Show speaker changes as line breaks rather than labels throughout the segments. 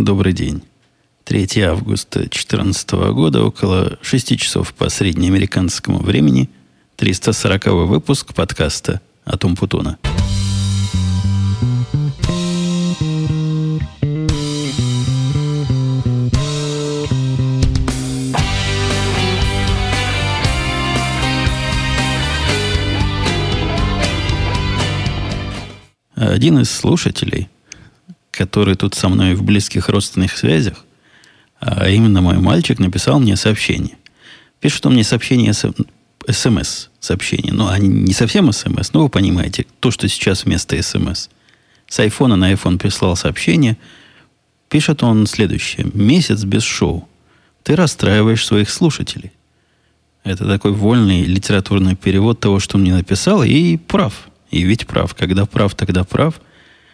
Добрый день. 3 августа 2014 года, около 6 часов по среднеамериканскому времени, 340-й выпуск подкаста «Атум Путуна». Один из слушателей, который тут со мной в близких родственных связях, а именно мой мальчик, написал мне сообщение. Пишет он мне сообщение, СМС-сообщение. Ну, а не совсем СМС, но вы понимаете, то, что сейчас вместо СМС. С айфона на айфон прислал сообщение. Пишет он следующее. «Месяц без шоу. Ты расстраиваешь своих слушателей». Это такой вольный литературный перевод того, что он мне написал, и прав. И ведь прав. Когда прав, тогда прав.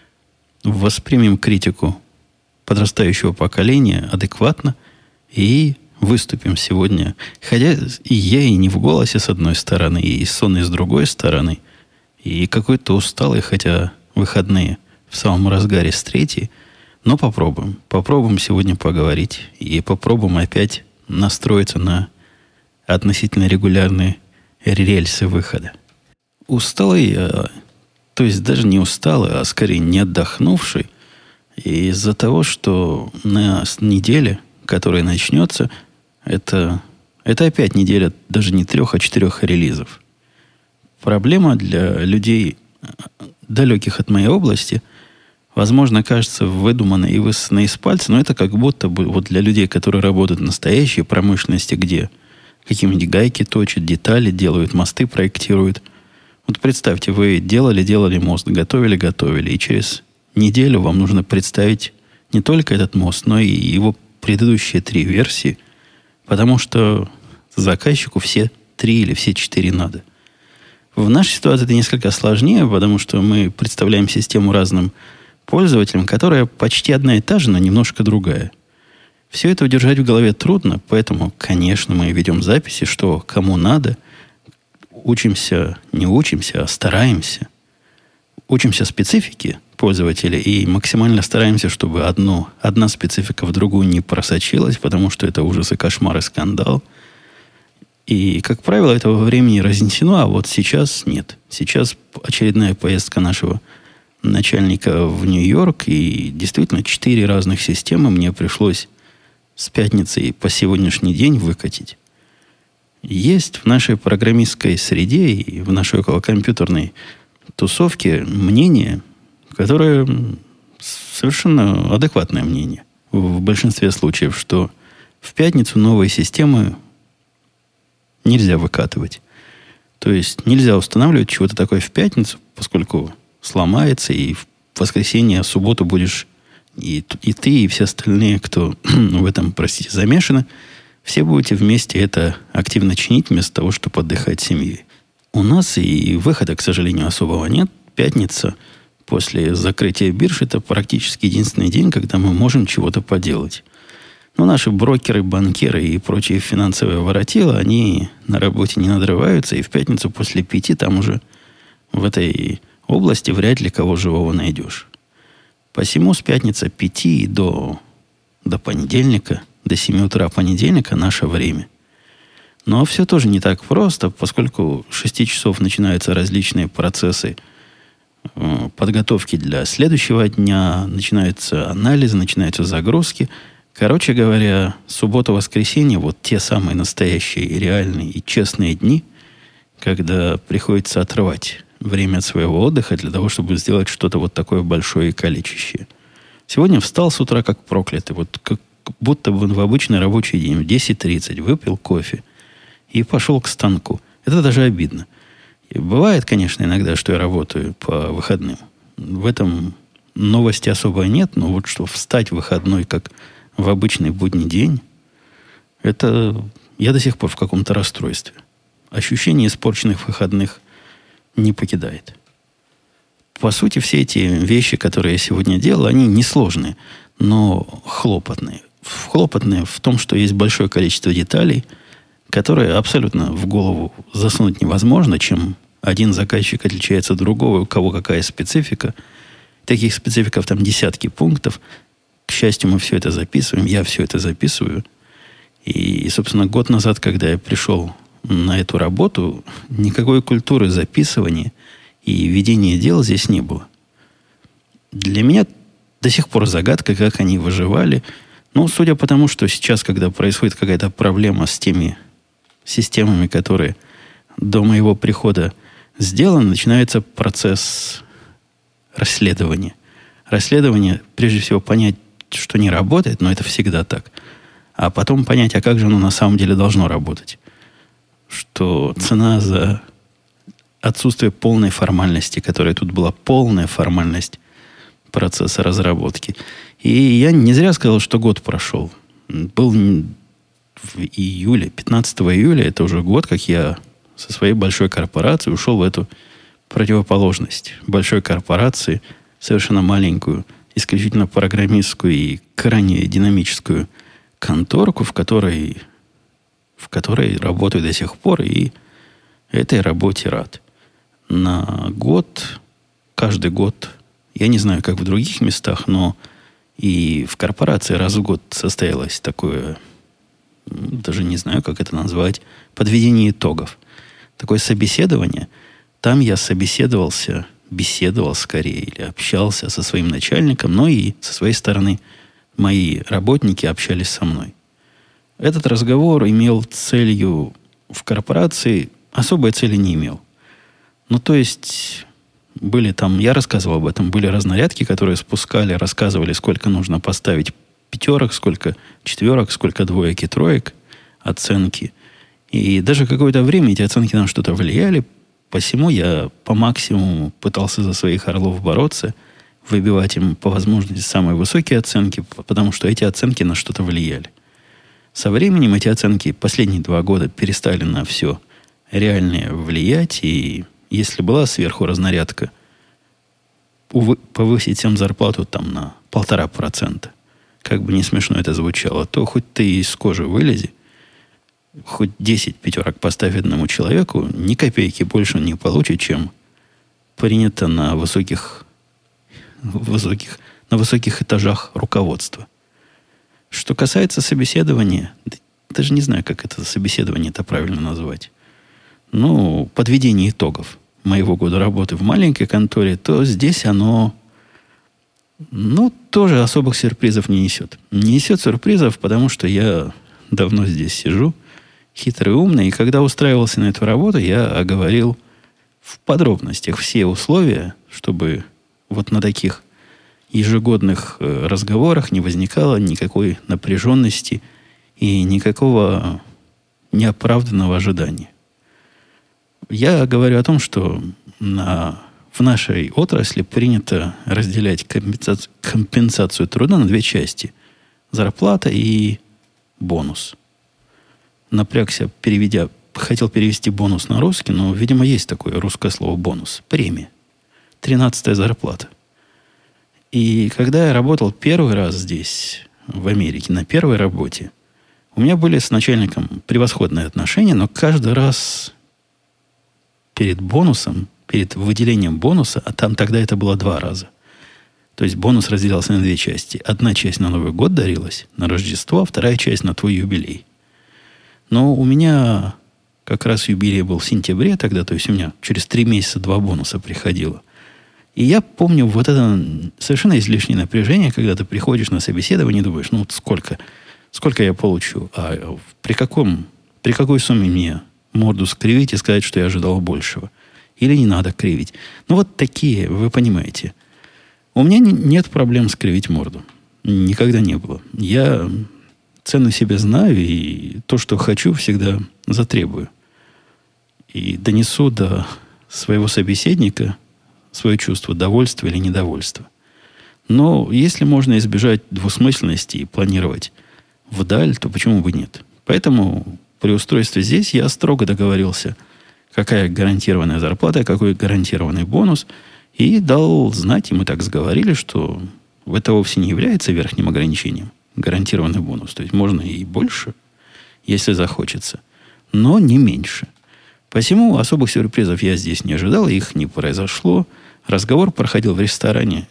Воспримем критику подрастающего поколения адекватно и выступим сегодня. Хотя и я и не в голосе с одной стороны, и сонный с другой стороны, и какой-то усталый, хотя выходные в самом разгаре с третьей. Но попробуем. Попробуем сегодня поговорить. И попробуем опять настроиться на относительно регулярные рельсы выхода. Усталый, то есть даже не усталый, а скорее не отдохнувший, из-за того, что на неделе, которая начнется, это опять неделя даже не 3, а 4 релизов. Проблема для людей, далеких от моей области, возможно, кажется выдуманной и высосанной из пальца, но это как будто бы вот для людей, которые работают в настоящей промышленности, где какие-нибудь гайки точат, детали делают, мосты проектируют. Вот представьте, вы делали мост, готовили, и через неделю вам нужно представить не только этот мост, но и его предыдущие 3 версии, потому что заказчику все 3 или все 4 надо. В нашей ситуации это несколько сложнее, потому что мы представляем систему разным пользователям, которая почти одна и та же, но немножко другая. Все это удержать в голове трудно, поэтому, конечно, мы ведем записи, что кому надо. Учимся, не учимся, а стараемся. Учимся специфике пользователя и максимально стараемся, чтобы одна специфика в другую не просочилась, потому что это ужас и кошмар и скандал. И, как правило, этого времени разнесено, а вот сейчас нет. Сейчас очередная поездка нашего начальника в Нью-Йорк, и действительно 4 разных системы мне пришлось с пятницы по сегодняшний день выкатить. Есть в нашей программистской среде и в нашей околокомпьютерной тусовке мнение, которое совершенно адекватное мнение в большинстве случаев, что в пятницу новые системы нельзя выкатывать. То есть нельзя устанавливать чего-то такое в пятницу, поскольку сломается, и в воскресенье, в субботу будешь и ты, и все остальные, кто в этом, простите, замешаны, все будете вместе это активно чинить, вместо того, чтобы отдыхать с семьей. У нас и выхода, к сожалению, особого нет. Пятница после закрытия бирж – это практически единственный день, когда мы можем чего-то поделать. Но наши брокеры, банкиры и прочие финансовые воротила, они на работе не надрываются, и в пятницу после 5 там уже в этой области вряд ли кого живого найдешь. Посему с пятницы 5 до понедельника, до 7 утра понедельника наше время. Но все тоже не так просто, поскольку с 6 часов начинаются различные процессы подготовки для следующего дня, начинаются анализы, начинаются загрузки. Короче говоря, суббота-воскресенье, вот те самые настоящие, реальные и честные дни, когда приходится отрывать время от своего отдыха для того, чтобы сделать что-то вот такое большое и количащее. Сегодня встал с утра как проклятый, вот как будто бы в обычный рабочий день, в 10:30 выпил кофе и пошел к станку. Это даже обидно. И бывает, конечно, иногда, что я работаю по выходным. В этом новости особо нет, но вот что встать в выходной, как в обычный будний день, это я до сих пор в каком-то расстройстве. Ощущение испорченных выходных не покидает. По сути, все эти вещи, которые я сегодня делал, они несложные, но хлопотные. Хлопотные в том, что есть большое количество деталей, которые абсолютно в голову засунуть невозможно, чем один заказчик отличается от другого, у кого какая специфика. Таких спецификов там десятки пунктов. К счастью, мы все это записываем, я все это записываю. И, собственно, год назад, когда я пришел на эту работу, никакой культуры записывания и ведения дел здесь не было. Для меня до сих пор загадка, как они выживали. Ну, судя по тому, что сейчас, когда происходит какая-то проблема с теми системами, которые до моего прихода сделаны, начинается процесс расследования. Расследование, прежде всего, понять, что не работает, но это всегда так. А потом понять, а как же оно на самом деле должно работать. Что цена за отсутствие полной формальности, которая тут была полная формальность процесса разработки. И я не зря сказал, что год прошел. Был в июле, 15 июля, это уже год, как я со своей большой корпорацией ушел в эту противоположность большой корпорации, совершенно маленькую, исключительно программистскую и крайне динамическую конторку, в которой работаю до сих пор, и этой работе рад. На год, каждый год, я не знаю, как в других местах, но и в корпорации раз в год состоялось такое, даже не знаю, как это назвать, подведение итогов. Такое собеседование. Там я беседовал скорее, или общался со своим начальником, но и со своей стороны мои работники общались со мной. Этот разговор имел целью в корпорации, особой цели не имел. Ну, то есть, были там, я рассказывал об этом, были разнарядки, которые спускали, рассказывали, сколько нужно поставить пятерок, сколько четверок, сколько двоек и троек, оценки. И даже какое-то время эти оценки на что-то влияли. Посему я по максимуму пытался за своих орлов бороться, выбивать им по возможности самые высокие оценки, потому что эти оценки на что-то влияли. Со временем эти оценки последние 2 года перестали на все реальное влиять, и если была сверху разнарядка повысить всем зарплату там на 1,5%, как бы не смешно это звучало, то хоть ты из кожи вылези, хоть 10 пятерок поставь одному человеку, ни копейки больше он не получит, чем принято на высоких этажах руководства. Что касается собеседования, даже не знаю, как это собеседование-то правильно назвать. Ну, подведение итогов моего года работы в маленькой конторе, то здесь оно, ну, тоже особых сюрпризов не несет. Не несет сюрпризов, потому что я давно здесь сижу, хитрый, умный, и когда устраивался на эту работу, я оговорил в подробностях все условия, чтобы вот на таких ежегодных разговорах не возникало никакой напряженности и никакого неоправданного ожидания. Я говорю о том, что в нашей отрасли принято разделять компенсацию труда на 2 части. Зарплата и бонус. Напрягся, хотел перевести бонус на русский, но, видимо, есть такое русское слово бонус. Премия. 13-я зарплата. И когда я работал первый раз здесь, в Америке, на первой работе, у меня были с начальником превосходные отношения, но каждый раз перед бонусом, перед выделением бонуса, а там тогда это было 2 раза. То есть бонус разделялся на 2 части. Одна часть на Новый год дарилась, на Рождество, а вторая часть на твой юбилей. Но у меня как раз юбилей был в сентябре тогда, то есть у меня через 3 месяца 2 бонуса приходило. И я помню вот это совершенно излишнее напряжение, когда ты приходишь на собеседование и думаешь, ну вот сколько я получу, а при какой сумме мне морду скривить и сказать, что я ожидал большего. Или не надо кривить. Ну вот такие, вы понимаете. У меня нет проблем скривить морду. Никогда не было. Я цену себе знаю, и то, что хочу, всегда затребую. И донесу до своего собеседника свое чувство довольства или недовольства. Но если можно избежать двусмысленности и планировать вдаль, то почему бы нет? Поэтому при устройстве здесь я строго договорился, какая гарантированная зарплата, какой гарантированный бонус, и дал знать, и мы так сговорили, что это вовсе не является верхним ограничением. Гарантированный бонус. То есть можно и больше, если захочется, но не меньше. Посему особых сюрпризов я здесь не ожидал, их не произошло. Разговор проходил в ресторане,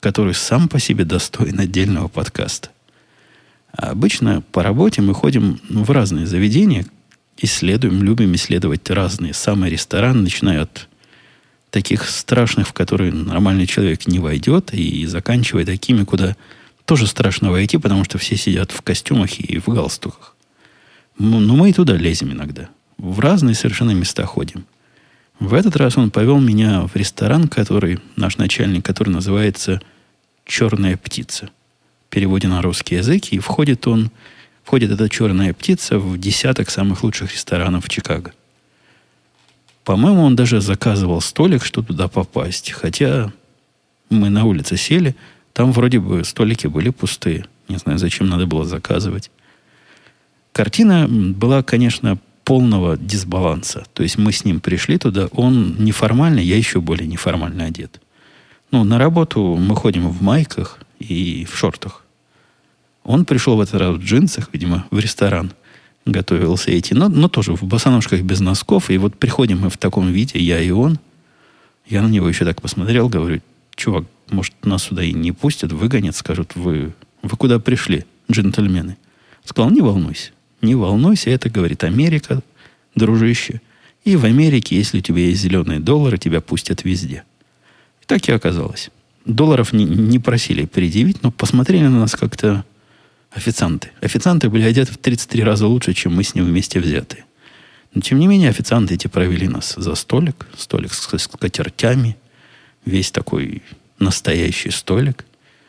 который сам по себе достоин отдельного подкаста. А обычно по работе мы ходим в разные заведения, любим исследовать разные самые рестораны, начиная от таких страшных, в которые нормальный человек не войдет, и заканчивая такими, куда тоже страшно войти, потому что все сидят в костюмах и в галстуках. Но мы и туда лезем иногда. В разные совершенно места ходим. В этот раз он повел меня в ресторан, наш начальник, который называется «Черная птица». В переводе на русский язык. И входит эта черная птица в десяток самых лучших ресторанов в Чикаго. По-моему, он даже заказывал столик, чтобы туда попасть. Хотя мы на улице сели, там вроде бы столики были пустые. Не знаю, зачем надо было заказывать. Картина была, конечно, полного дисбаланса. То есть мы с ним пришли туда, он неформальный, я еще более неформально одет. На работу мы ходим в майках и в шортах. Он пришел в этот раз в джинсах, видимо, в ресторан. Готовился идти, но тоже в босоножках без носков. И вот приходим мы в таком виде, я и он. Я на него еще так посмотрел, говорю: чувак, может, нас сюда и не пустят, выгонят, скажут: вы куда пришли, джентльмены? Сказал: не волнуйся, это, говорит, Америка, дружище. И в Америке, если у тебя есть зеленые доллары, тебя пустят везде. И так и оказалось. Долларов не просили предъявить, но посмотрели на нас как-то официанты. Официанты были одеты в 33 раза лучше, чем мы с ним вместе взятые. Но, тем не менее, официанты эти провели нас за столик с скатертями, весь такой настоящий столик,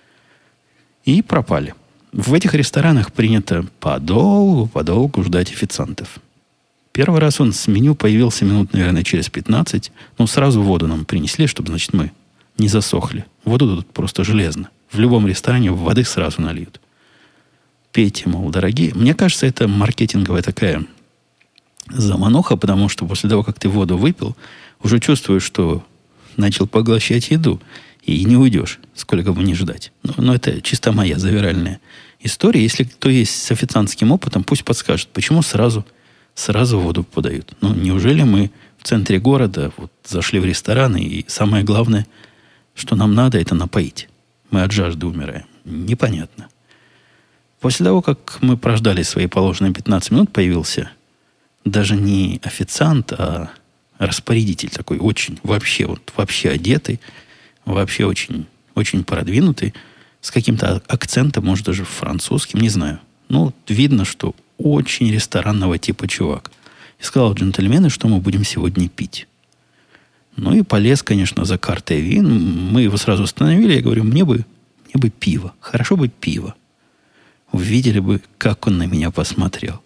и пропали. В этих ресторанах принято подолгу ждать официантов. Первый раз он с меню появился минут, наверное, через 15. Сразу воду нам принесли, чтобы, значит, мы не засохли. Воду тут просто железно. В любом ресторане воды сразу нальют. Пейте, мол, дорогие. Мне кажется, это маркетинговая такая замануха, потому что после того, как ты воду выпил, уже чувствуешь, что начал поглощать еду. И не уйдешь, сколько бы ни ждать. Но это чисто моя завиральная история. Если кто есть с официантским опытом, пусть подскажет, почему сразу воду подают. Неужели мы в центре города зашли в ресторан, и самое главное, что нам надо, это напоить. Мы от жажды умираем. Непонятно. После того, как мы прождали свои положенные 15 минут, появился даже не официант, а распорядитель такой, вообще одетый, вообще очень, очень продвинутый, с каким-то акцентом, может, даже французским, не знаю. Видно, что очень ресторанного типа чувак. И сказал: джентльмены, что мы будем сегодня пить. И полез, конечно, за картой вин. Мы его сразу остановили. Я говорю: мне бы пиво. Хорошо бы пиво. Вы видели бы, как он на меня посмотрел.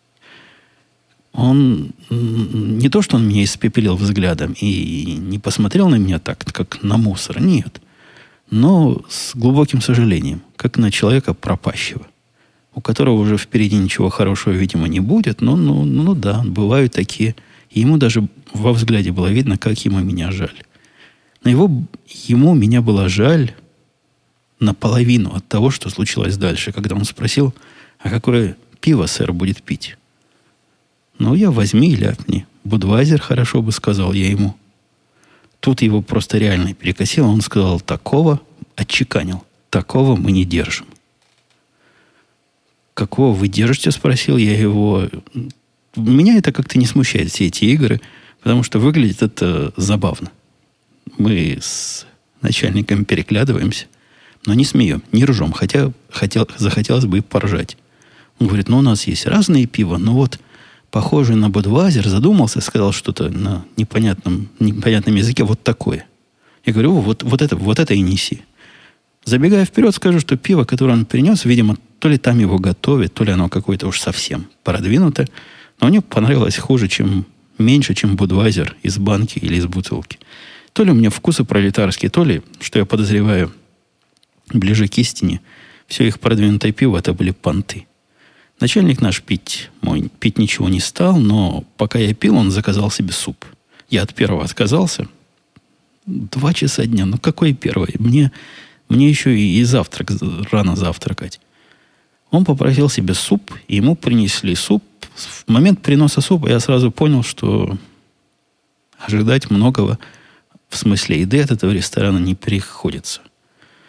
Он не то, что он меня испепелил взглядом и не посмотрел на меня так, как на мусор. Нет. Но с глубоким сожалением, как на человека пропащего, у которого уже впереди ничего хорошего, видимо, не будет. Да, бывают такие. И ему даже во взгляде было видно, как ему меня жаль. Но ему меня было жаль наполовину от того, что случилось дальше, когда он спросил: а какое пиво, сэр, будет пить? Я возьми и ляпни. Будвайзер, хорошо бы, сказал я ему. Тут его просто реально перекосило. Он сказал: отчеканил, такого мы не держим. Какого вы держите, спросил я его. Меня это как-то не смущает, все эти игры, потому что выглядит это забавно. Мы с начальником переглядываемся, но не смеем, не ржем, хотя захотелось бы и поржать. Он говорит: у нас есть разные пива, но похожий на Будвайзер, задумался, сказал что-то на непонятном языке, такое. Я говорю: вот это и неси. Забегая вперед, скажу, что пиво, которое он принес, видимо, то ли там его готовят, то ли оно какое-то уж совсем продвинутое, но мне понравилось меньше, чем Будвайзер из банки или из бутылки. То ли у меня вкусы пролетарские, то ли, что я подозреваю, ближе к истине, все их продвинутое пиво это были понты. Начальник наш пить ничего не стал, но пока я пил, он заказал себе суп. Я от первого отказался. 2 часа дня. Какой первый? Мне еще и рано завтракать. Он попросил себе суп, и ему принесли суп. В момент приноса супа я сразу понял, что ожидать многого в смысле еды от этого ресторана не приходится.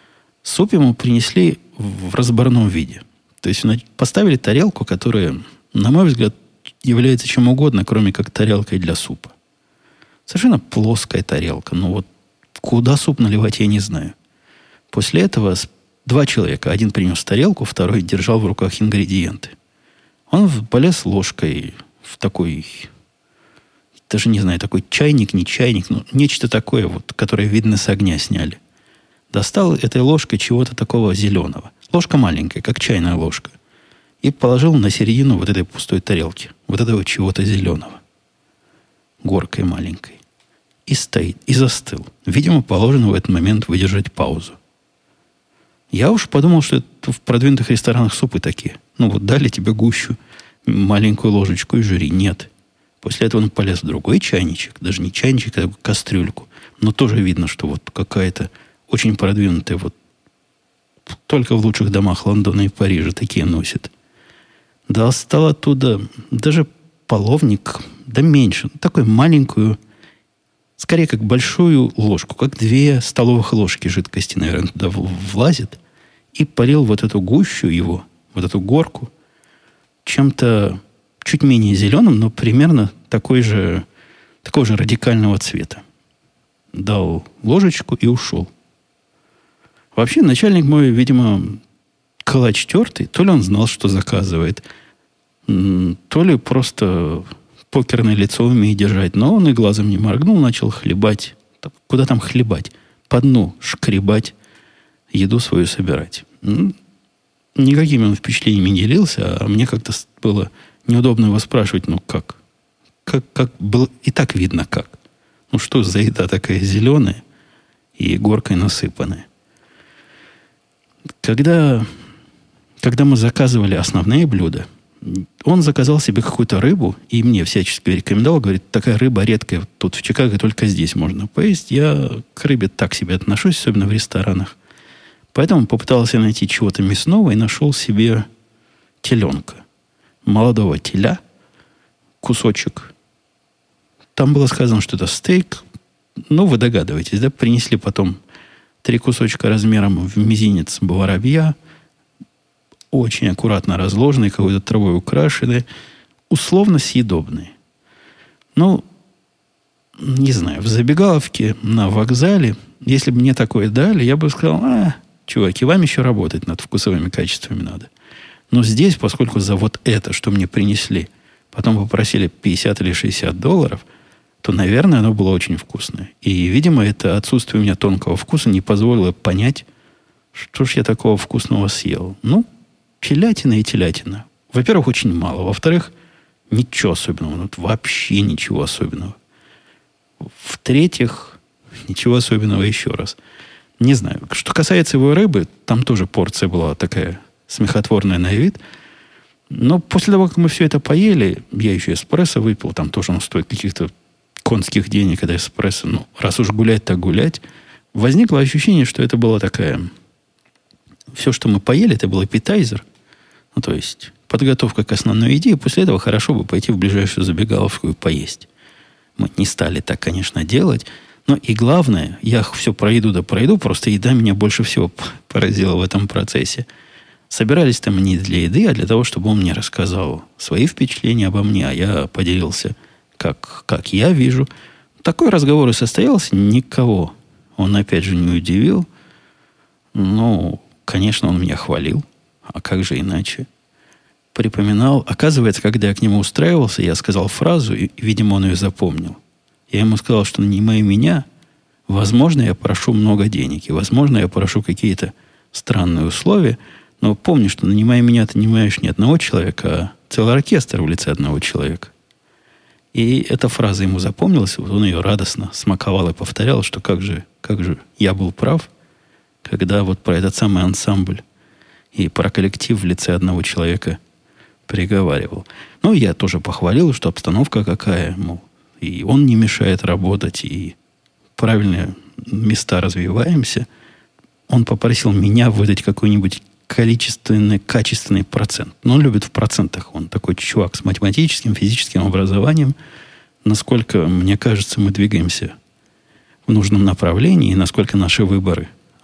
Суп ему принесли в разборном виде. То есть поставили тарелку, которая, на мой взгляд, является чем угодно, кроме как тарелкой для супа. Совершенно плоская тарелка. Ну вот куда суп наливать, я не знаю. После этого два человека. Один принес тарелку, второй держал в руках ингредиенты. Он полез ложкой в такой, даже не знаю, такой чайник, не чайник, но нечто такое, вот, которое, видно, с огня сняли. Достал этой ложкой чего-то такого зеленого. Ложка маленькая, как чайная ложка. И положил на середину вот этой пустой тарелки. Вот этого чего-то зеленого. Горкой маленькой. И стоит, и застыл. Видимо, положено в этот момент выдержать паузу. Я уж подумал, что это в продвинутых ресторанах супы такие. Ну вот дали тебе гущу, маленькую ложечку и жри. Нет. После этого он полез в другой чайничек. Даже не чайничек, а кастрюльку. Но тоже видно, что вот какая-то очень продвинутая. Вот только в лучших домах Лондона и Парижа такие носят. Достал оттуда даже половник, да меньше. Такую маленькую, скорее как большую ложку, как 2 столовых ложки жидкости, наверное, туда влазит. И полил вот эту гущу его, вот эту горку, чем-то чуть менее зеленым, но примерно такого же радикального цвета. Дал ложечку и ушел. Вообще, начальник мой, видимо, калач тертый. То ли он знал, что заказывает, то ли просто покерное лицо умеет держать. Но он и глазом не моргнул, начал хлебать. Куда там хлебать? По дну шкребать, еду свою собирать. Никакими он впечатлениями не делился, а мне как-то было неудобно его спрашивать, ну как? Как было и так видно как. Ну что за еда такая зеленая и горкой насыпанная? Когда мы заказывали основные блюда, он заказал себе какую-то рыбу и мне всячески рекомендовал, говорит, такая рыба редкая, тут в Чикаго только здесь можно поесть. Я к рыбе так себе отношусь, особенно в ресторанах. Поэтому попытался найти чего-то мясного и нашел себе теленка. Молодого теля, кусочек. Там было сказано, что это стейк. Ну, вы догадываетесь, да? Принесли потом 3 кусочка размером в мизинец воробья, очень аккуратно разложенные, какой-то травой украшенные, условно съедобные. Ну, не знаю, в забегаловке на вокзале, если бы мне такое дали, я бы сказал, чуваки, вам еще работать над вкусовыми качествами надо. Но здесь, поскольку за вот это, что мне принесли, потом попросили $50 или $60, то, наверное, оно было очень вкусное. И, видимо, это отсутствие у меня тонкого вкуса не позволило понять, что ж я такого вкусного съел. Ну, телятина и телятина. Во-первых, очень мало. Во-вторых, ничего особенного. Вот вообще ничего особенного. В-третьих, ничего особенного еще раз. Не знаю. Что касается его рыбы, там тоже порция была такая смехотворная на вид. Но после того, как мы все это поели, я еще эспрессо выпил, там тоже он стоит каких-то конских денег, это эспрессо. Ну, раз уж гулять, так гулять. Возникло ощущение, что это была такая... Все, что мы поели, это был аппетайзер. Ну, то есть, подготовка к основной еде. И после этого хорошо бы пойти в ближайшую забегаловку и поесть. Мы не стали так, конечно, делать. Но и главное, я все пройду, просто еда меня больше всего поразила в этом процессе. Собирались там не для еды, а для того, чтобы он мне рассказал свои впечатления обо мне, а я поделился, как я вижу. Такой разговор и состоялся, никого он опять же не удивил. Ну, конечно, он меня хвалил, а как же иначе? Припоминал. Оказывается, когда я к нему устраивался, я сказал фразу, и, видимо, он ее запомнил. Я ему сказал, что нанимая меня, возможно, я прошу много денег, и, возможно, я прошу какие-то странные условия, но помни, что нанимая меня, ты нанимаешь не одного человека, а целый оркестр в лице одного человека. И эта фраза ему запомнилась, вот он ее радостно смаковал и повторял, что как же я был прав, когда вот про этот самый ансамбль и про коллектив в лице одного человека приговаривал. Ну, я тоже похвалил, что обстановка какая, мол, и он не мешает работать, и правильные места развиваемся. Он попросил меня выдать какой-нибудь количественный, качественный процент. Но он любит в процентах. Он такой чувак с математическим, физическим образованием. Насколько, мне кажется, мы двигаемся в нужном направлении, и насколько наши выборы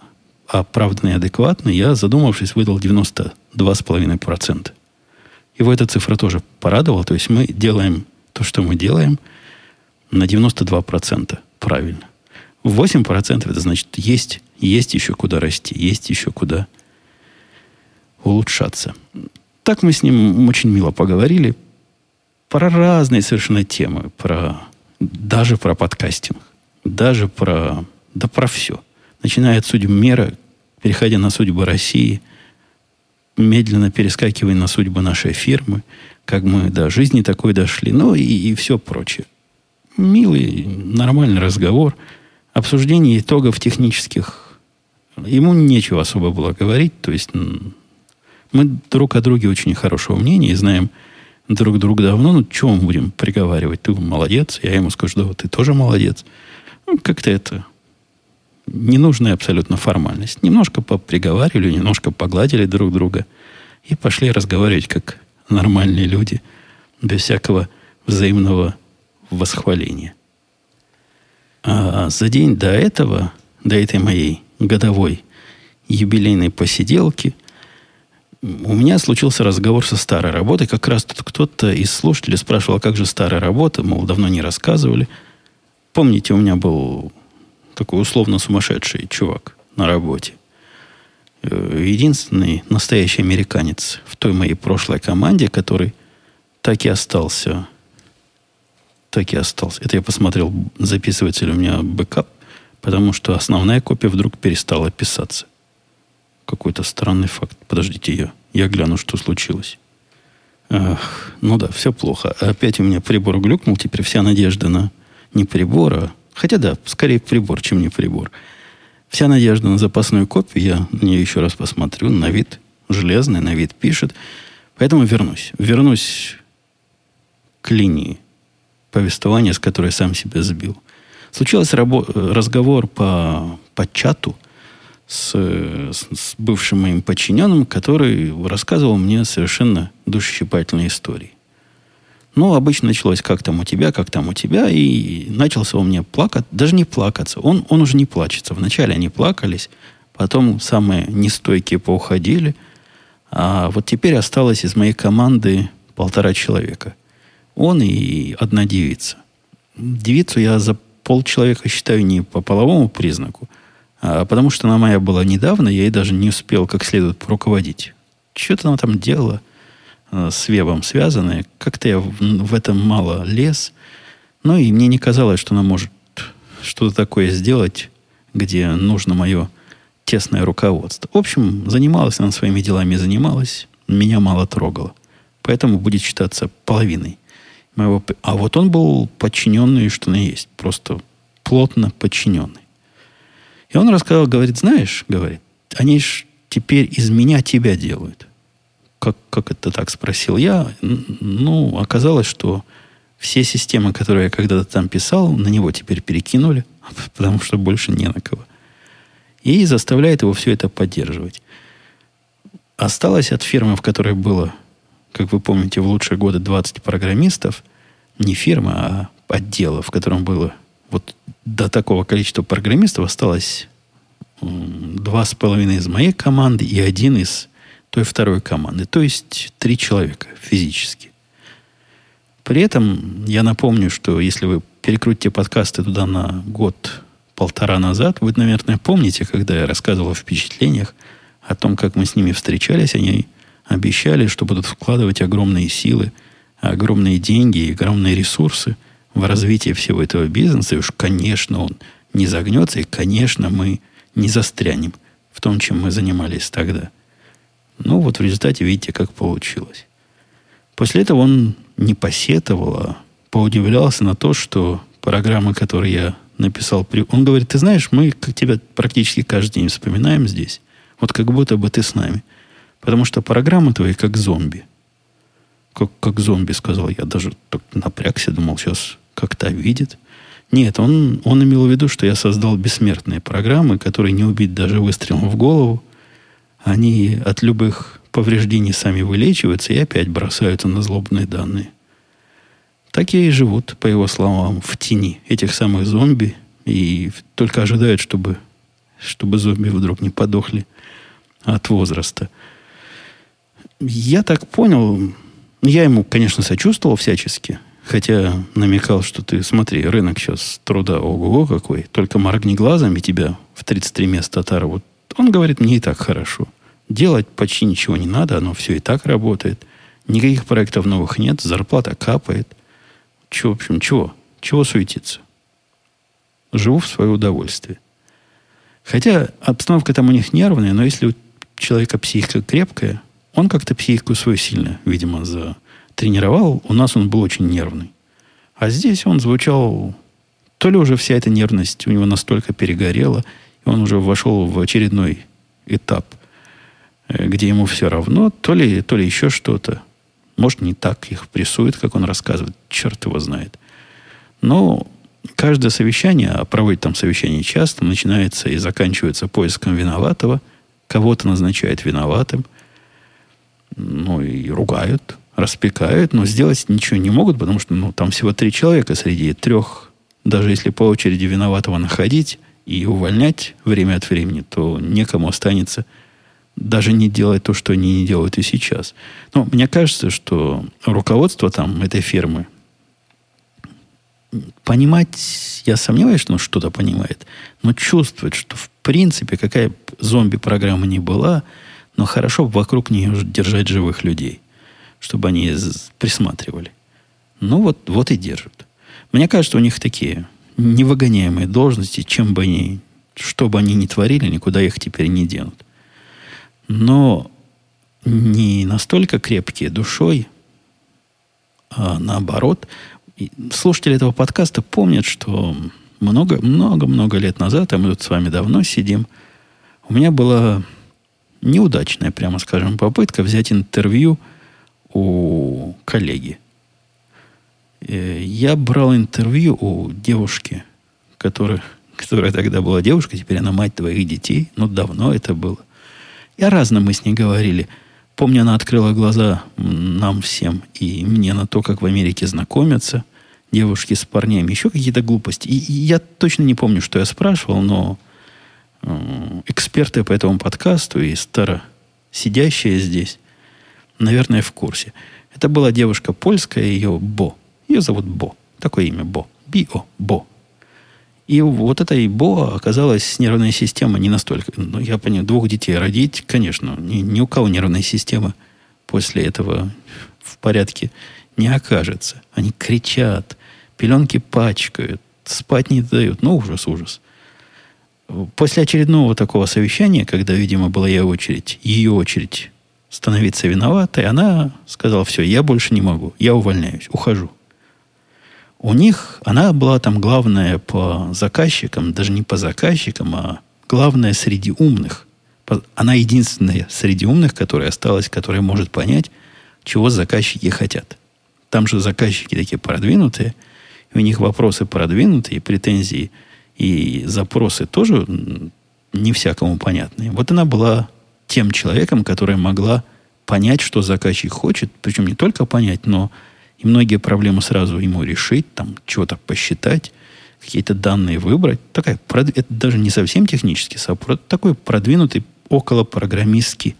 оправданный и адекватный, я, задумавшись, выдал 92,5%. Его эта цифра тоже порадовала. То есть мы делаем то, что мы делаем, на 92% правильно. 8% это значит, есть еще куда расти, есть еще куда улучшаться. Так мы с ним очень мило поговорили про разные совершенно темы, даже про подкастинг, даже про все. Начиная от судьбы мира, переходя на судьбы России, медленно перескакивая на судьбы нашей фирмы, как мы до жизни такой дошли, ну и все прочее. Милый, нормальный разговор, обсуждение итогов технических. Ему нечего особо было говорить, то есть мы друг о друге очень хорошего мнения и знаем друг друга давно. Ну, чего мы будем приговаривать? Ты молодец, я ему скажу, да, ты тоже молодец. Ну, как-то это ненужная абсолютно формальность. Немножко поприговаривали, немножко погладили друг друга и пошли разговаривать как нормальные люди, без всякого взаимного восхваления. А за день до этой моей годовой юбилейной посиделки, у меня случился разговор со старой работой. Как раз тут кто-то из слушателей спрашивал, как же старая работа, мол, давно не рассказывали. Помните, у меня был такой условно сумасшедший чувак на работе. Единственный настоящий американец в той моей прошлой команде, который так и остался. Это я посмотрел, записывается ли у меня бэкап, потому что основная копия вдруг перестала писаться. Какой-то странный факт. Подождите, я гляну, что случилось. Ну да, все плохо. Опять у меня прибор глюкнул. Теперь вся надежда на не прибор, хотя да, скорее прибор, чем не прибор. Вся надежда на запасную копию. Я на нее еще раз посмотрю. На вид железный, на вид пишет. Поэтому вернусь. Вернусь к линии повествования, с которой сам себя сбил. Случился разговор по чату с бывшим моим подчиненным, который рассказывал мне совершенно душещипательные истории. Ну, обычно началось, как там у тебя, и начался он мне плакать, даже не плакаться, он уже не плачется. Вначале они плакались, потом самые нестойкие поуходили, а вот теперь осталось из моей команды 1,5 человека. Он и одна девица. Девицу я за полчеловека считаю не по половому признаку, а потому что она моя была недавно, я ей даже не успел как следует руководить. Что-то она там делала с вебом связанное. Как-то я в этом мало лез. Ну, и мне не казалось, что она может что-то такое сделать, где нужно мое тесное руководство. В общем, занималась она своими делами, меня мало трогала. Поэтому будет считаться половиной моего... А вот он был подчиненный, что на есть. Просто плотно подчиненный. И он рассказал, говорит, знаешь, они ж теперь из меня тебя делают. Как это так, спросил я. Ну, оказалось, что все системы, которые я когда-то там писал, на него теперь перекинули, потому что больше не на кого. И заставляет его все это поддерживать. Осталось от фирмы, в которой было, как вы помните, в лучшие годы 20 программистов, не фирма, а отдела, в котором было вот до такого количества программистов, осталось 2,5 из моей команды и 1 из той второй команды. То есть 3 человека физически. При этом я напомню, что если вы перекрутите подкасты туда на 1-1,5 назад, вы, наверное, помните, когда я рассказывал о впечатлениях, о том, как мы с ними встречались, они обещали, что будут вкладывать огромные силы, огромные деньги и огромные ресурсы в развитие всего этого бизнеса. И уж, конечно, он не загнется, и, конечно, мы не застрянем в том, чем мы занимались тогда. Ну, вот в результате видите, как получилось. После этого он не посетовал, а поудивлялся на то, что программы, которые я написал... Он говорит, ты знаешь, мы тебя практически каждый день вспоминаем здесь. Вот как будто бы ты с нами. Потому что программы твои как зомби. Как зомби, сказал я. Даже так напрягся, думал, сейчас как-то обидит. Нет, он имел в виду, что я создал бессмертные программы, которые не убить даже выстрелом в голову. Они от любых повреждений сами вылечиваются и опять бросаются на злобные данные. Такие и живут, по его словам, в тени этих самых зомби и только ожидают, чтобы чтобы зомби вдруг не подохли от возраста. Я так понял, я ему, конечно, сочувствовал всячески, хотя намекал, что ты, смотри, рынок сейчас труда ого-го какой, только моргни глазом, и тебя в 33 места оторвут. Он говорит, мне и так хорошо. Делать почти ничего не надо, оно все и так работает. Никаких проектов новых нет, зарплата капает. Чего, в общем, чего? Чего суетиться? Живу в свое удовольствие. Хотя обстановка там у них нервная, но если у человека психика крепкая, он как-то психику свою сильно, видимо, затренировал. У нас он был очень нервный. А здесь он звучал... То ли уже вся эта нервность у него настолько перегорела, и он уже вошел в очередной этап, где ему все равно, то ли еще что-то. Может, не так их прессует, как он рассказывает. Черт его знает. Но каждое совещание, а проводит там совещание часто, начинается и заканчивается поиском виноватого. Кого-то назначают виноватым. Ну, и ругают, распекают, но сделать ничего не могут, потому что там всего 3 человека среди 3. Даже если по очереди виноватого находить и увольнять время от времени, то некому останется даже не делать то, что они не делают и сейчас. Но мне кажется, что руководство там этой фирмы понимать, я сомневаюсь, что он что-то понимает, но чувствует, что в принципе какая зомби-программа ни была, но хорошо бы вокруг нее держать живых людей, чтобы они присматривали. Ну вот и держат. Мне кажется, у них такие невыгоняемые должности, что бы они ни творили, никуда их теперь не денут. Но не настолько крепкие душой, а наоборот. Слушатели этого подкаста помнят, что много-много лет назад, а мы тут с вами давно сидим, у меня была неудачная, прямо скажем, попытка взять интервью у коллеги. Я брал интервью у девушки, которая тогда была девушка, теперь она мать 2 детей, но давно это было. И о разном мы с ней говорили. Помню, она открыла глаза нам всем и мне на то, как в Америке знакомятся девушки с парнями. Еще какие-то глупости. И я точно не помню, что я спрашивал, но эксперты по этому подкасту и старосидящие здесь, наверное, в курсе. Это была девушка польская, ее Бо. Ее зовут Бо. Такое имя Бо. Био. Бо. И вот этой Бо оказалась нервная система не настолько... Ну, я понимаю, 2 детей родить, конечно, ни у кого нервная система после этого в порядке не окажется. Они кричат, пеленки пачкают, спать не дают. Ну, ужас. После очередного такого совещания, когда, видимо, была ее очередь становиться виноватой, она сказала, все, я больше не могу, я увольняюсь, ухожу. У них, она была там главная по заказчикам, даже не по заказчикам, а главная среди умных. Она единственная среди умных, которая осталась, которая может понять, чего заказчики хотят. Там же заказчики такие продвинутые, и у них вопросы продвинутые, претензии и запросы тоже не всякому понятные. Вот она была тем человеком, который могла понять, что заказчик хочет, причем не только понять, но и многие проблемы сразу ему решить, там, чего-то посчитать, какие-то данные выбрать. Это даже не совсем технический саппорт, такой продвинутый околопрограммистская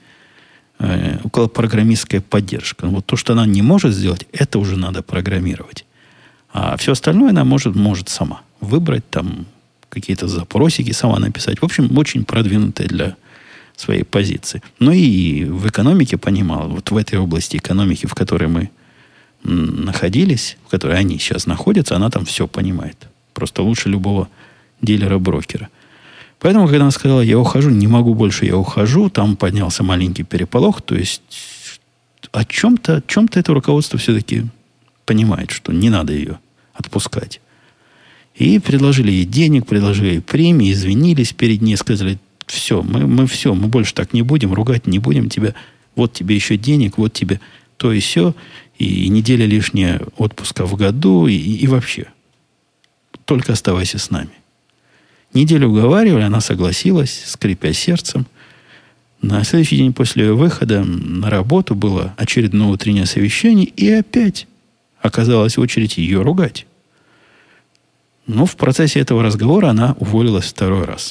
поддержка. Вот то, что она не может сделать, это уже надо программировать. А все остальное она может сама выбрать, там, какие-то запросики сама написать. В общем, очень продвинутая для своей позиции. Ну и в экономике понимала, вот в этой области экономики, в которой мы находились, в которой они сейчас находятся, она там все понимает. Просто лучше любого дилера-брокера. Поэтому, когда она сказала, я ухожу, не могу больше, я ухожу, там поднялся маленький переполох. То есть о чем-то это руководство все-таки понимает, что не надо ее отпускать. И предложили ей денег, предложили ей премии, извинились перед ней, сказали, все, мы больше так не будем, ругать не будем тебя. Вот тебе еще денег, вот тебе то и сё, и неделя лишняя отпуска в году, и вообще. Только оставайся с нами. Неделю уговаривали, она согласилась, скрипя сердцем. На следующий день после ее выхода на работу было очередное утреннее совещание, и опять оказалась очередь ее ругать. Но в процессе этого разговора она уволилась 2 раз.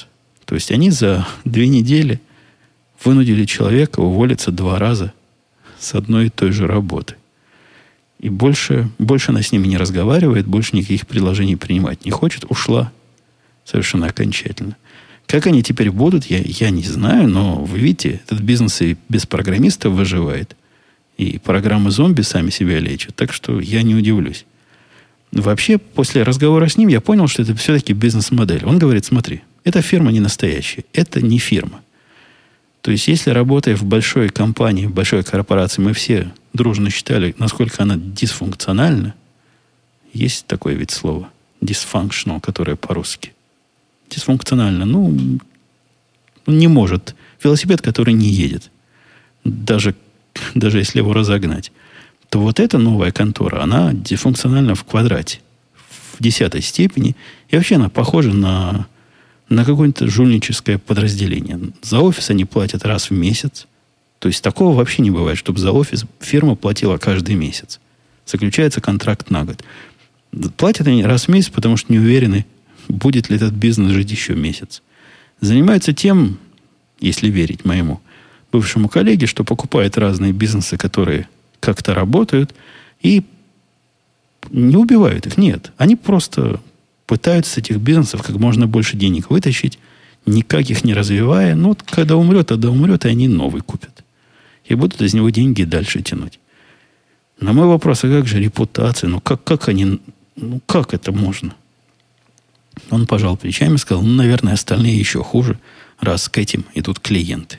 То есть они за 2 недели вынудили человека уволиться 2 раза с одной и той же работы. И больше она с ними не разговаривает, больше никаких предложений принимать не хочет. Ушла совершенно окончательно. Как они теперь будут, я не знаю, но вы видите, этот бизнес и без программистов выживает. И программы зомби сами себя лечат. Так что я не удивлюсь. Вообще, после разговора с ним я понял, что это все-таки бизнес-модель. Он говорит, смотри, эта фирма не настоящая. Это не фирма. То есть, если работая в большой компании, в большой корпорации, мы все дружно считали, насколько она дисфункциональна. Есть такое ведь слово. Dysfunctional, которое по-русски. Дисфункционально. Не может. Велосипед, который не едет. Даже если его разогнать. То вот эта новая контора, она дисфункциональна в квадрате. В 10 степени. И вообще она похожа на какое-то жульническое подразделение. За офис они платят раз в месяц. То есть такого вообще не бывает, чтобы за офис фирма платила каждый месяц. Заключается контракт на год. Платят они раз в месяц, потому что не уверены, будет ли этот бизнес жить еще месяц. Занимаются тем, если верить моему бывшему коллеге, что покупает разные бизнесы, которые как-то работают, и не убивают их. Нет. Они просто пытаются с этих бизнесов как можно больше денег вытащить, никак их не развивая. Ну, вот когда умрет, тогда умрет, и они новый купят. И будут из него деньги дальше тянуть. На мой вопрос, а как же репутация? Как это можно? Он пожал плечами и сказал, наверное, остальные еще хуже, раз к этим идут клиенты.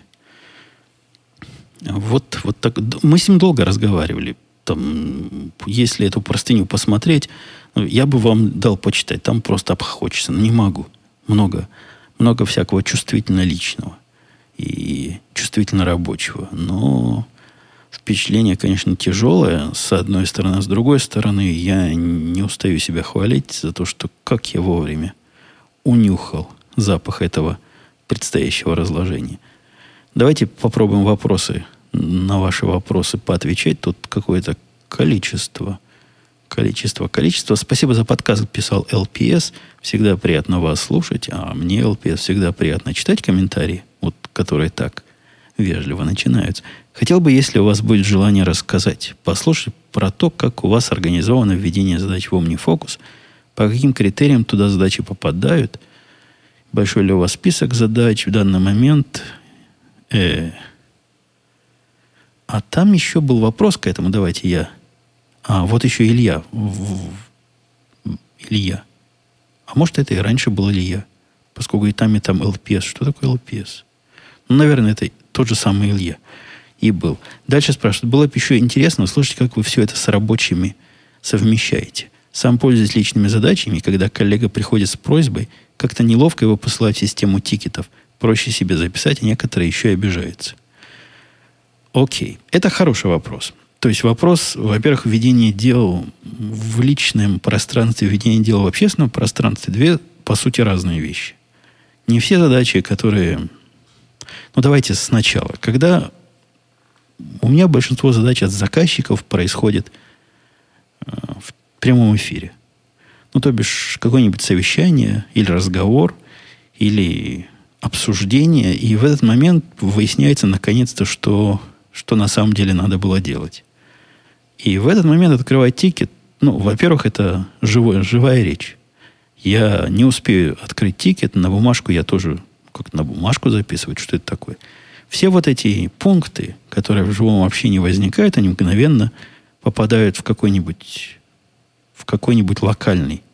Вот так. Мы с ним долго разговаривали. Там, если эту простыню посмотреть, я бы вам дал почитать. Там просто обхохочется. Не могу. Много всякого чувствительно личного и чувствительно рабочего. Но впечатление, конечно, тяжелое, с одной стороны. А с другой стороны, я не устаю себя хвалить за то, что как я вовремя унюхал запах этого предстоящего разложения. Давайте попробуем на ваши вопросы поотвечать. Тут какое-то количество. Спасибо за подкаст, писал ЛПС. Всегда приятно вас слушать. А мне, ЛПС, всегда приятно читать комментарии, вот, которые так вежливо начинаются. Хотел бы, если у вас будет желание рассказать, послушать про то, как у вас организовано введение задач в OmniFocus, по каким критериям туда задачи попадают, большой ли у вас список задач в данный момент. А там еще был вопрос к этому. Давайте я... вот еще Илья. Илья. А может, это и раньше был Илья. Поскольку и там ЛПС. Что такое ЛПС? Наверное, это тот же самый Илья. И был. Дальше спрашивают. Было бы еще интересно услышать, как вы все это с рабочими совмещаете. Сам пользуюсь личными задачами, когда коллега приходит с просьбой, как-то неловко его посылать в систему тикетов. Проще себе записать, а некоторые еще и обижаются. Окей. Это хороший вопрос. То есть вопрос, во-первых, введения дел в личном пространстве, введения дел в общественном пространстве, две, по сути, разные вещи. Не все задачи, которые... давайте сначала. Когда у меня большинство задач от заказчиков происходит в прямом эфире. То бишь, какое-нибудь совещание или разговор, или обсуждение, и в этот момент выясняется наконец-то, что на самом деле надо было делать. И в этот момент открывать тикет, во-первых, это живая речь. Я не успею открыть тикет, на бумажку я тоже как на бумажку записывать, что это такое. Все вот эти пункты, которые в живом общении возникают, они мгновенно попадают в какой-нибудь локальный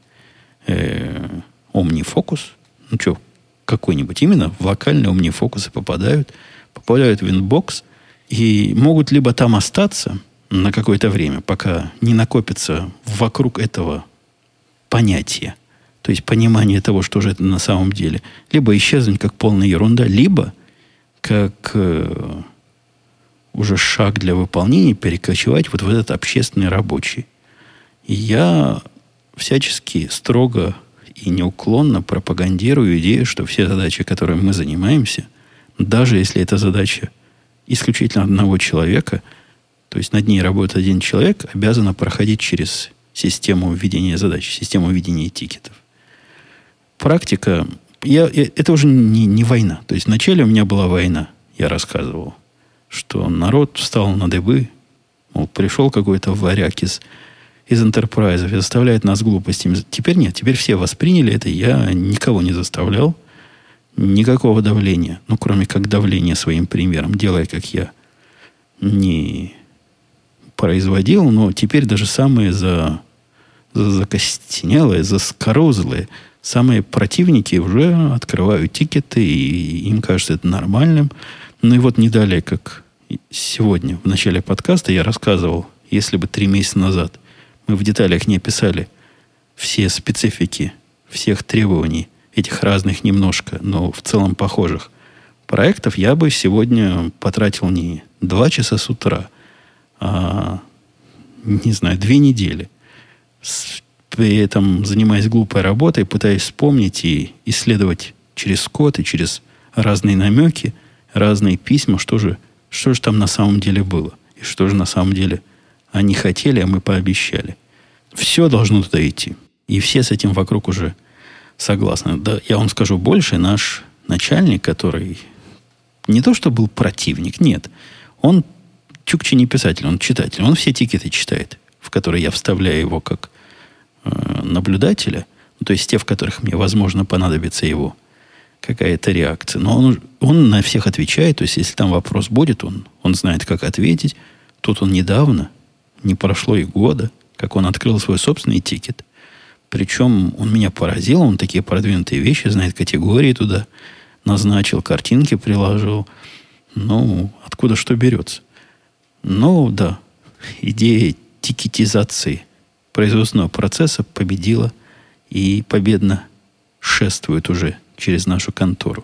OmniFocus. Какой-нибудь. Именно в локальные OmniFocus попадают в инбокс и могут либо там остаться на какое-то время, пока не накопится вокруг этого понятия, то есть понимание того, что же это на самом деле, либо исчезнуть как полная ерунда, либо как уже шаг для выполнения перекочевать вот в этот общественный рабочий. И я всячески строго и неуклонно пропагандирую идею, что все задачи, которыми мы занимаемся, даже если это задача исключительно одного человека, то есть над ней работает один человек, обязана проходить через систему введения задач, систему введения тикетов. Практика Это уже не война. То есть вначале у меня была война. Я рассказывал, что народ встал на дыбы. Мол, пришел какой-то варяг из энтерпрайзов и заставляет нас глупостями. Теперь нет. Теперь все восприняли это. Я никого не заставлял. Никакого давления. Ну, кроме как давления своим примером. Делая, как я не производил. Но теперь даже самые закостенелые, заскорузлые, самые противники уже открывают тикеты, и им кажется это нормальным. Ну и вот не далее, как сегодня, в начале подкаста, я рассказывал, если бы 3 месяца назад мы в деталях не описали все специфики, всех требований, этих разных немножко, но в целом похожих проектов, я бы сегодня потратил не 2 часа с утра, а, не знаю, 2 недели. При этом занимаясь глупой работой, пытаясь вспомнить и исследовать через код и через разные намеки, разные письма, что же там на самом деле было. И что же на самом деле они хотели, а мы пообещали. Все должно туда идти. И все с этим вокруг уже согласны. Да, я вам скажу больше, наш начальник, который не то что был противник, нет. Он чукче не писатель, он читатель. Он все тикеты читает, в которые я вставляю его как наблюдателя, то есть те, в которых мне, возможно, понадобится его какая-то реакция. Но он на всех отвечает, то есть если там вопрос будет, он знает, как ответить. Тут он недавно, не прошло и года, как он открыл свой собственный тикет. Причем он меня поразил, он такие продвинутые вещи знает, категории туда назначил, картинки приложил. Ну, откуда что берется. Ну, да, идея тикетизации производственного процесса победила и победно шествует уже через нашу контору.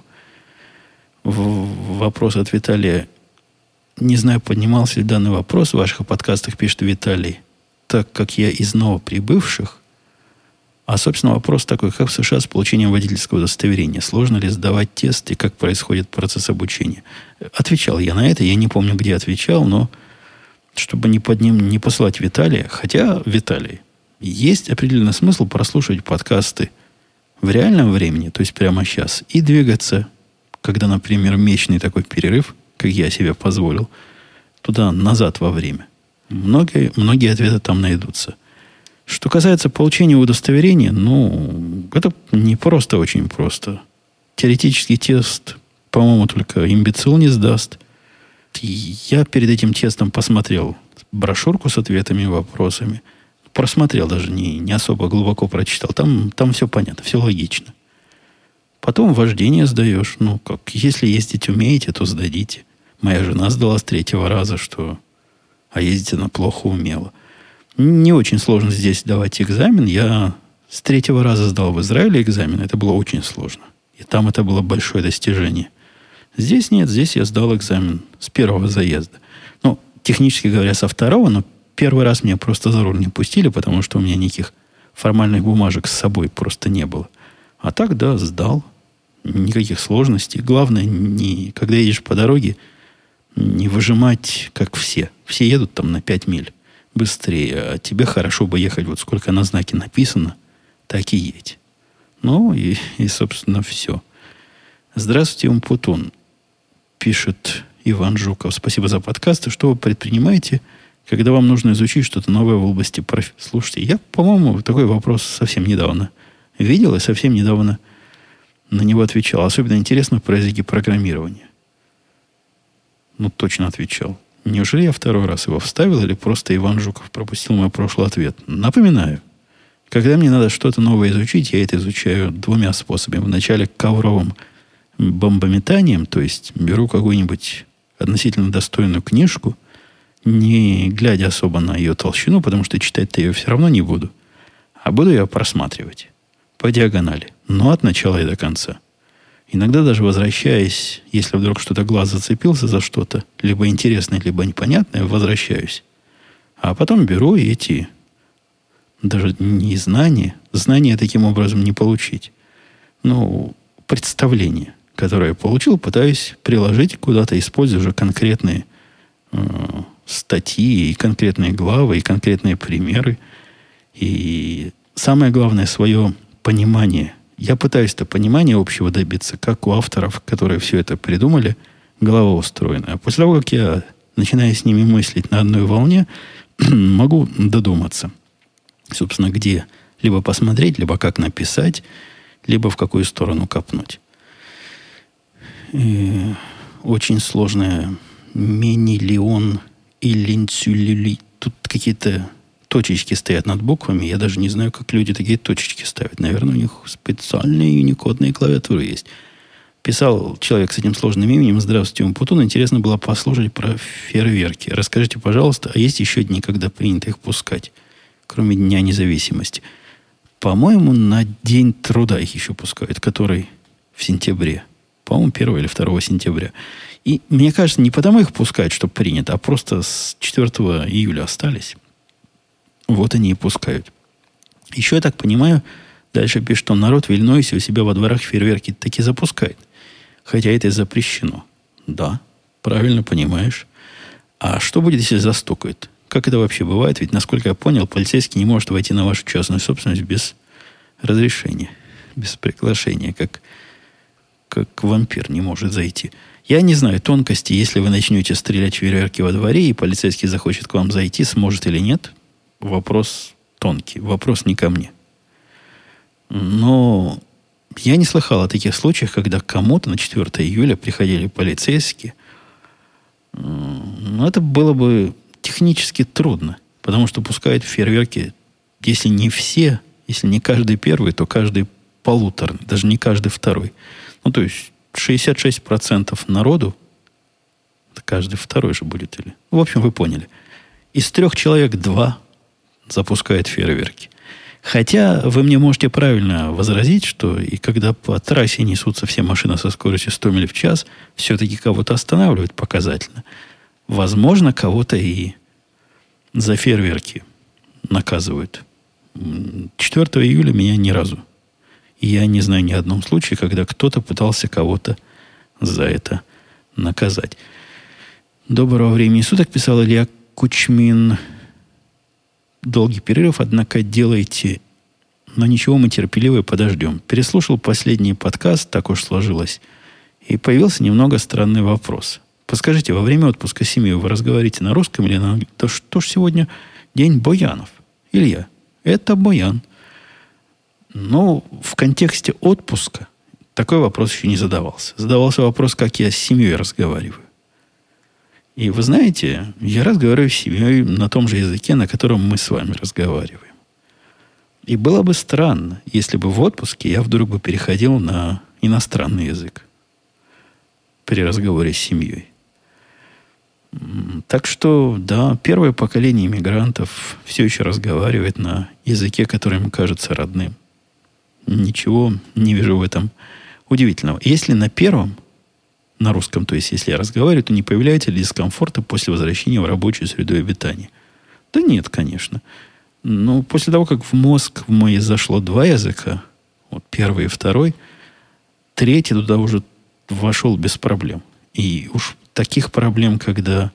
Вопрос от Виталия. Не знаю, поднимался ли данный вопрос в ваших подкастах, пишет Виталий. Так как я из новоприбывших, а, собственно, вопрос такой, как в США с получением водительского удостоверения? Сложно ли сдавать тест и как происходит процесс обучения? Отвечал я на это, я не помню, где отвечал, но чтобы не под ним не посылать Виталия, хотя, Виталий, есть определенный смысл прослушивать подкасты в реальном времени, то есть прямо сейчас, и двигаться, когда, например, месячный такой перерыв, как я себе позволил, туда-назад во время. Многие ответы там найдутся. Что касается получения удостоверения, ну, это не просто, очень просто. Теоретический тест, по-моему, только имбецил не сдаст. Я перед этим тестом посмотрел брошюрку с ответами и вопросами. Просмотрел даже, не особо глубоко прочитал. Там все понятно, все логично. Потом вождение сдаешь. Ну, как, если ездить умеете, то сдадите. Моя жена сдала с 3-го раза, а ездить она плохо умела. Не очень сложно здесь давать экзамен. Я с 3-го раза сдал в Израиле экзамен. Это было очень сложно. И там это было большое достижение. Здесь нет, здесь я сдал экзамен с 1-го заезда. Ну, технически говоря, со 2-го, но 1-й раз меня просто за руль не пустили, потому что у меня никаких формальных бумажек с собой просто не было. А так, да, сдал. Никаких сложностей. Главное, когда едешь по дороге, не выжимать, как все. Все едут там на 5 миль быстрее, а тебе хорошо бы ехать, вот сколько на знаке написано, так и едь. Ну, и собственно, все. Здравствуйте, Умпутун. Пишет Иван Жуков. Спасибо за подкасты. Что вы предпринимаете, когда вам нужно изучить что-то новое в области Слушайте, я, по-моему, такой вопрос совсем недавно видел и совсем недавно на него отвечал. Особенно интересно про языки программирования. Ну, точно отвечал. Неужели я 2-й раз его вставил, или просто Иван Жуков пропустил мой прошлый ответ? Напоминаю. Когда мне надо что-то новое изучить, я это изучаю 2 способами. Вначале ковровым бомбометанием, то есть беру какую-нибудь относительно достойную книжку, не глядя особо на ее толщину, потому что читать-то я ее все равно не буду, а буду ее просматривать по диагонали, но от начала и до конца. Иногда даже возвращаясь, если вдруг что-то глаз зацепился за что-то, либо интересное, либо непонятное, возвращаюсь. А потом беру и эти, даже не знания таким образом не получить. Ну, представление, которое я получил, пытаюсь приложить куда-то, используя уже конкретные статьи, и конкретные главы, и конкретные примеры. И самое главное, свое понимание Я пытаюсь-то понимания общего добиться, как у авторов, которые все это придумали, голова устроена. А после того, как я начинаю с ними мыслить на одной волне, могу додуматься. Собственно, где либо посмотреть, либо как написать, либо в какую сторону копнуть. И очень сложная менилион и линцюлюли. Тут какие-то точечки стоят над буквами. Я даже не знаю, как люди такие точечки ставят. Наверное, у них специальные юникодные клавиатуры есть. Писал человек с этим сложным именем. Здравствуйте, Умпутун. Интересно было послушать про фейерверки. Расскажите, пожалуйста, а есть еще дни, когда принято их пускать, кроме Дня независимости? По-моему, на День труда их еще пускают, который в сентябре. По-моему, 1 или 2 сентября. И мне кажется, не потому их пускают, что принято, а просто с 4 июля остались. Вот они и пускают. Еще, я так понимаю, дальше пишет, что народ в Иллинойсе у себя во дворах фейерверки таки запускает. Хотя это и запрещено. Да, правильно понимаешь. А что будет, если застукают? Как это вообще бывает? Ведь, насколько я понял, полицейский не может войти на вашу частную собственность без разрешения, без приглашения, как вампир не может зайти. Я не знаю тонкости, если вы начнете стрелять в фейерверки во дворе, и полицейский захочет к вам зайти, сможет или нет. Вопрос тонкий. Вопрос не ко мне. Но я не слыхал о таких случаях, когда кому-то на 4 июля приходили полицейские. Но это было бы технически трудно, потому что пускают фейерверки, если не все, если не каждый первый, то каждый полуторный, даже не каждый второй. Ну, то есть 66% народу, это каждый второй же будет, или... В общем, вы поняли. Из 3 человек 2 запускают фейерверки. Хотя вы мне можете правильно возразить, что и когда по трассе несутся все машины со скоростью 100 миль в час, все-таки кого-то останавливают показательно. Возможно, кого-то и за фейерверки наказывают. 4 июля меня ни разу. И я не знаю ни одном случае, когда кто-то пытался кого-то за это наказать. Доброго времени суток, писал Илья Кучмин. Долгий перерыв, однако делайте. Но ничего, мы терпеливо подождем. Переслушал последний подкаст, так уж сложилось. И появился немного странный вопрос. Подскажите, во время отпуска семьи вы разговариваете на русском или на английском? Да что ж сегодня день Боянов? Илья, это Боян. Но в контексте отпуска такой вопрос еще не задавался. Задавался вопрос, как я с семьей разговариваю. И вы знаете, я разговариваю с семьей на том же языке, на котором мы с вами разговариваем. И было бы странно, если бы в отпуске я вдруг бы переходил на иностранный язык при разговоре с семьей. Так что, да, первое поколение иммигрантов все еще разговаривает на языке, который им кажется родным. Ничего не вижу в этом удивительного. Если на первом, на русском, то есть если я разговариваю, то не появляется ли дискомфорта после возвращения в рабочую среду обитания? Да нет, конечно. Но после того, как в мозг в мой зашло 2 языка, вот первый и второй, третий туда уже вошел без проблем. И уж таких проблем, когда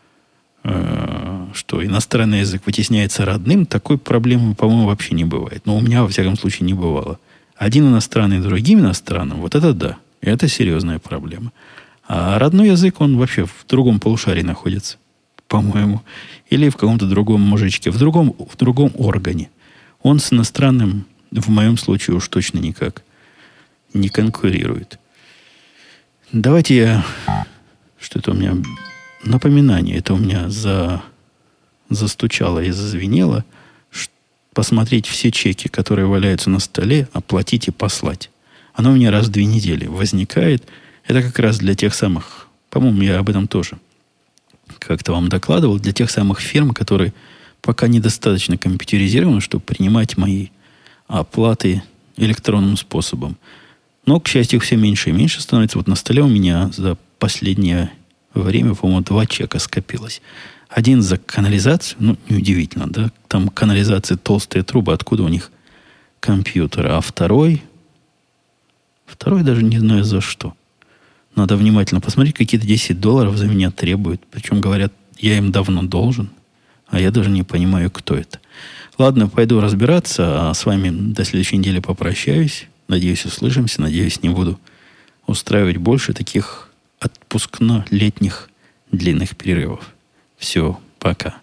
что иностранный язык вытесняется родным, такой проблемы, по-моему, вообще не бывает. Но у меня, во всяком случае, не бывало. Один иностранный другим иностранным, вот это да. Это серьезная проблема. А родной язык, он вообще в другом полушарии находится, по-моему. Или в каком-то другом мужичке, в другом органе. Он с иностранным, в моем случае, уж точно никак не конкурирует. Давайте я... Что-то у меня... Напоминание. Это у меня застучало и зазвенело. Посмотреть все чеки, которые валяются на столе, оплатить и послать. Оно у меня раз в 2 недели возникает. Это как раз для тех самых... По-моему, я об этом тоже как-то вам докладывал. Для тех самых фирм, которые пока недостаточно компьютеризированы, чтобы принимать мои оплаты электронным способом. Но, к счастью, их все меньше и меньше становится. Вот на столе у меня за последнее время, по-моему, 2 чека скопилось. Один за канализацию. Ну, неудивительно, да? Там канализация, толстые трубы. Откуда у них компьютеры? А второй даже не знаю за что. Надо внимательно посмотреть. Какие-то $10 за меня требуют. Причем, говорят, я им давно должен. А я даже не понимаю, кто это. Ладно, пойду разбираться. А с вами до следующей недели попрощаюсь. Надеюсь, услышимся. Надеюсь, не буду устраивать больше таких отпускно-летних длинных перерывов. Все, пока.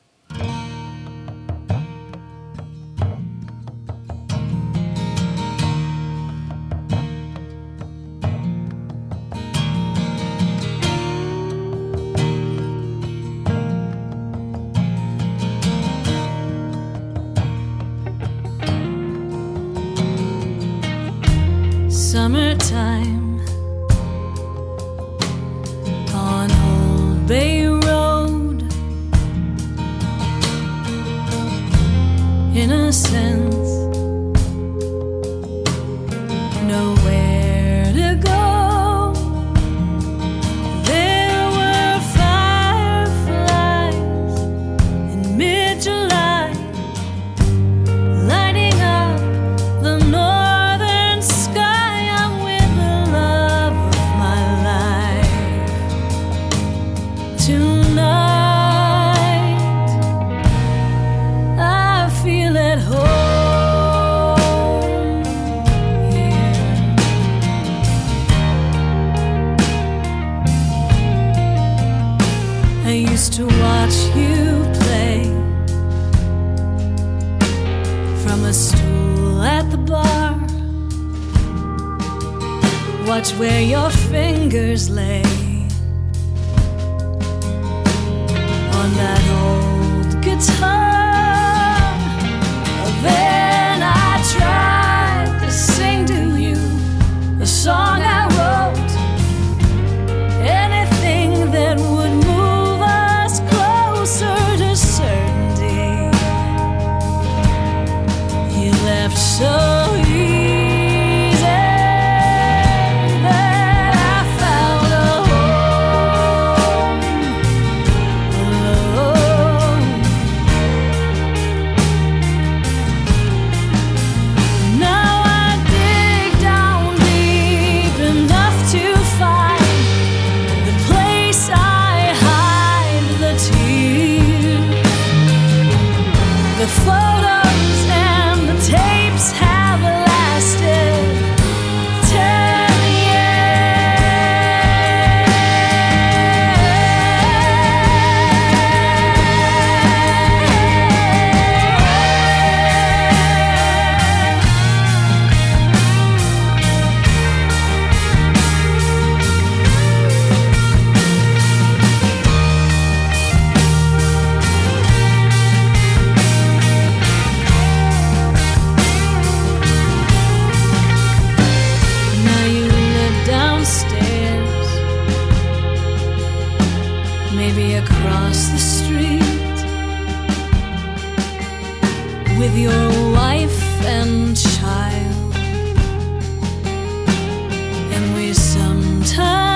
Summertime on Old Bay Road. Innocence, nowhere to go. There were fireflies in mid-July, lighting up the northern sky. I'm with the love of my life tonight. I feel at home here. I used to watch you play from a stool at the bar. Watch where your fingers lay on that old guitar. Then I tried to sing to you the song I wrote, anything that would move us closer to certainty. You left so easy that I found a home alone. Now I dig down deep enough to find the place I hide the tears. The photos and the tapes have lasted 10 Now you live downstairs, maybe across the street, with your wife and child. And we sometimes